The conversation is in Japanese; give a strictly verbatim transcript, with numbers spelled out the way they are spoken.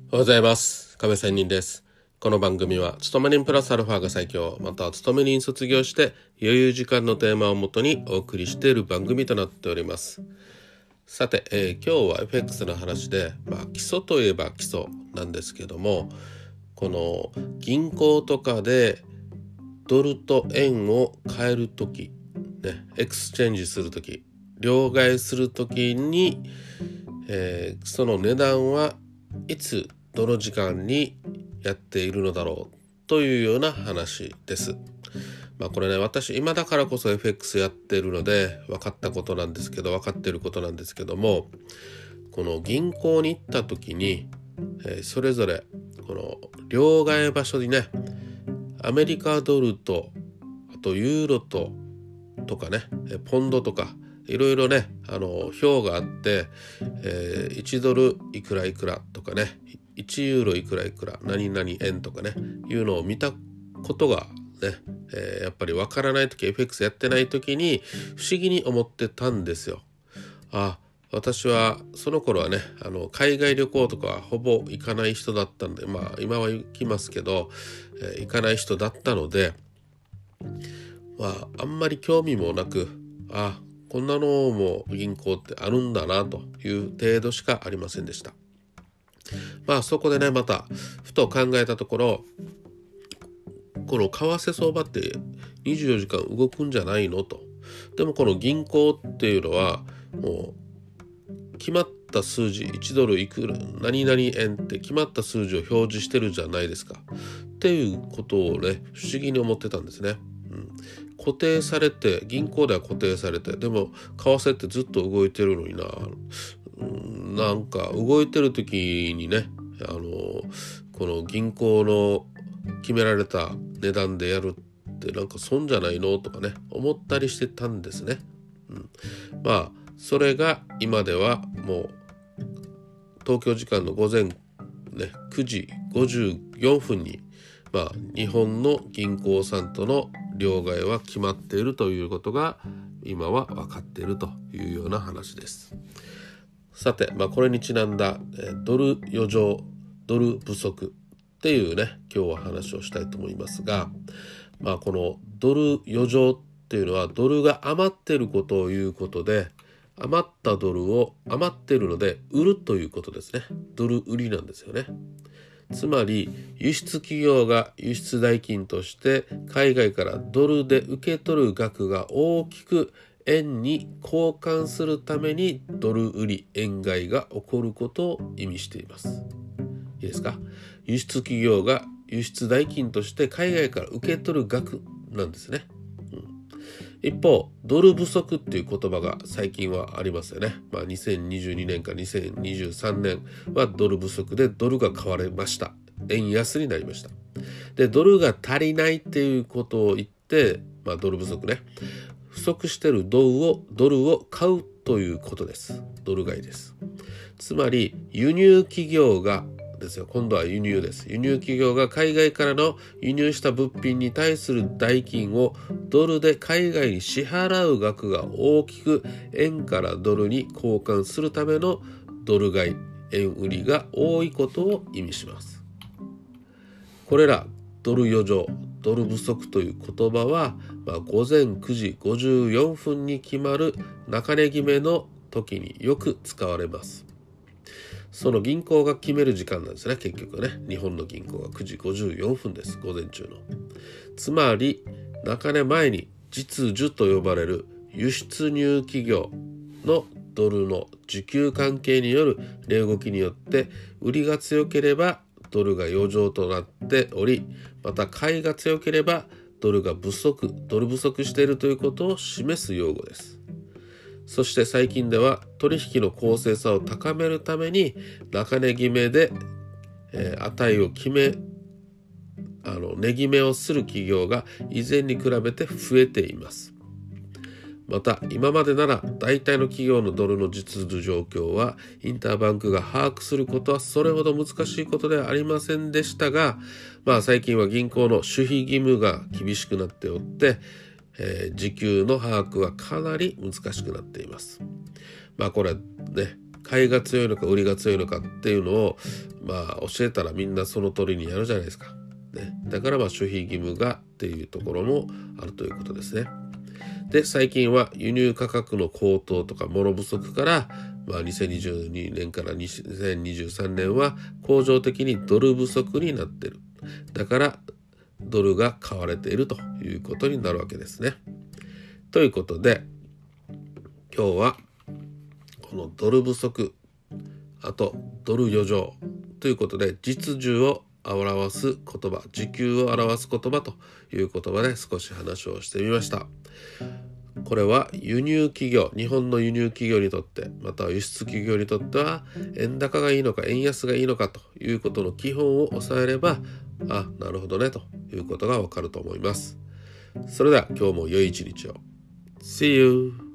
おはようございます。亀仙人です。この番組は勤め人プラスアルファが最強、または勤め人卒業して余裕時間のテーマをもとにお送りしている番組となっております。さて、えー、今日は エフエックス の話で、まあ、基礎といえば基礎なんですけども、この銀行とかでドルと円を変えるとき、ね、エクスチェンジするとき、両替するときに、えー、その値段はいつどの時間にやっているのだろうというような話です。まあこれね、私今だからこそ エフエックス やってるので分かったことなんですけど分かってることなんですけども、この銀行に行った時に、えー、それぞれこの両替場所にね、アメリカドルとあとユーロととかね、ポンドとかいろいろね、あの表があって、えー、いちドルいくらいくらとかね、いちユーロいくらいくら何々円とかねいうのを見たことがね、えー、やっぱりわからないとき エフエックス やってないときに不思議に思ってたんですよ。あ、私はその頃はね、あの海外旅行とかほぼ行かない人だったんで、まあ今は行きますけど、えー、行かない人だったので、まああんまり興味もなく、あ、こんなのも銀行ってあるんだなという程度しかありませんでした。まあそこでね、またふと考えたところ、この為替相場ってにじゅうよじかん動くんじゃないのと。でもこの銀行っていうのはもう決まった数字、いちドルいくら何々円って決まった数字を表示してるじゃないですかっていうことをね、不思議に思ってたんですね。うん、固定されて、銀行では固定されて、でも為替ってずっと動いてるのにな、うん、なんか動いてる時にね、あのこの銀行の決められた値段でやるってなんか損じゃないのとかね思ったりしてたんですね。うん、まあそれが今ではもう東京時間の午前、ね、くじごじゅうよんふんに、まあ、日本の銀行さんとの両替は決まっているということが今は分かっているというような話です。さて、まあ、これにちなんだドル余剰ドル不足っていうね今日は話をしたいと思いますが、まあこのドル余剰っていうのはドルが余ってることを言うことで、余ったドルを余ってるので売るということですね。ドル売りなんですよね。つまり輸出企業が輸出代金として海外からドルで受け取る額が大きく円に交換するためにドル売り円買いが起こることを意味しています。いいですか？輸出企業が輸出代金として海外から受け取る額なんですね。うん、一方、ドル不足っていう言葉が最近はありますよね。まあ、にせんにじゅうにねんかにせんにじゅうさんねんはドル不足でドルが買われました。円安になりました。で、ドルが足りないっていうことを言って、まあ、ドル不足ね。不足してるドルを、ドルを買うということです。ドル買いです。つまり、輸入企業がですよ。今度は輸入です。輸入企業が海外からの輸入した物品に対する代金をドルで海外に支払う額が大きく円からドルに交換するためのドル買い、円売りが多いことを意味します。これらドル余剰、ドル不足という言葉は、まあ、午前くじごじゅうよんふんに決まる中値決めの時によく使われます。その銀行が決める時間なんですね。結局ね、日本の銀行がくじごじゅうよんふんです。午前中の。つまり中値前に実需と呼ばれる輸出入企業のドルの需給関係による値動きによって売りが強ければドルが余剰となっており、また買いが強ければドルが不足、ドル不足しているということを示す用語です。そして最近では取引の公正さを高めるために中値決めで、えー、値を決めあの値決めをする企業が以前に比べて増えています。また今までなら大体の企業のドルの実需状況はインターバンクが把握することはそれほど難しいことではありませんでしたが、まあ最近は銀行の守秘義務が厳しくなっておって、えー、時給の把握はかなり難しくなっています。まあこれはね、 買いが強いのか売りが強いのかっていうのをまあ教えたらみんなその通りにやるじゃないですか、ね、だからまあ守秘義務がっていうところもあるということですね。で最近は輸入価格の高騰とか物不足から、まあ、にせんにじゅうにねんからにせんにじゅうさんねんは恒常的にドル不足になっている。だからドルが買われているということになるわけですね。ということで今日はこのドル不足、あとドル余剰ということで実需を表す言葉、時給を表す言葉という言葉で少し話をしてみました。これは輸入企業、日本の輸入企業にとって、または輸出企業にとっては円高がいいのか円安がいいのかということの基本を押さえれば、あ、なるほどねということがわかると思います。それでは今日も良い一日を。See you!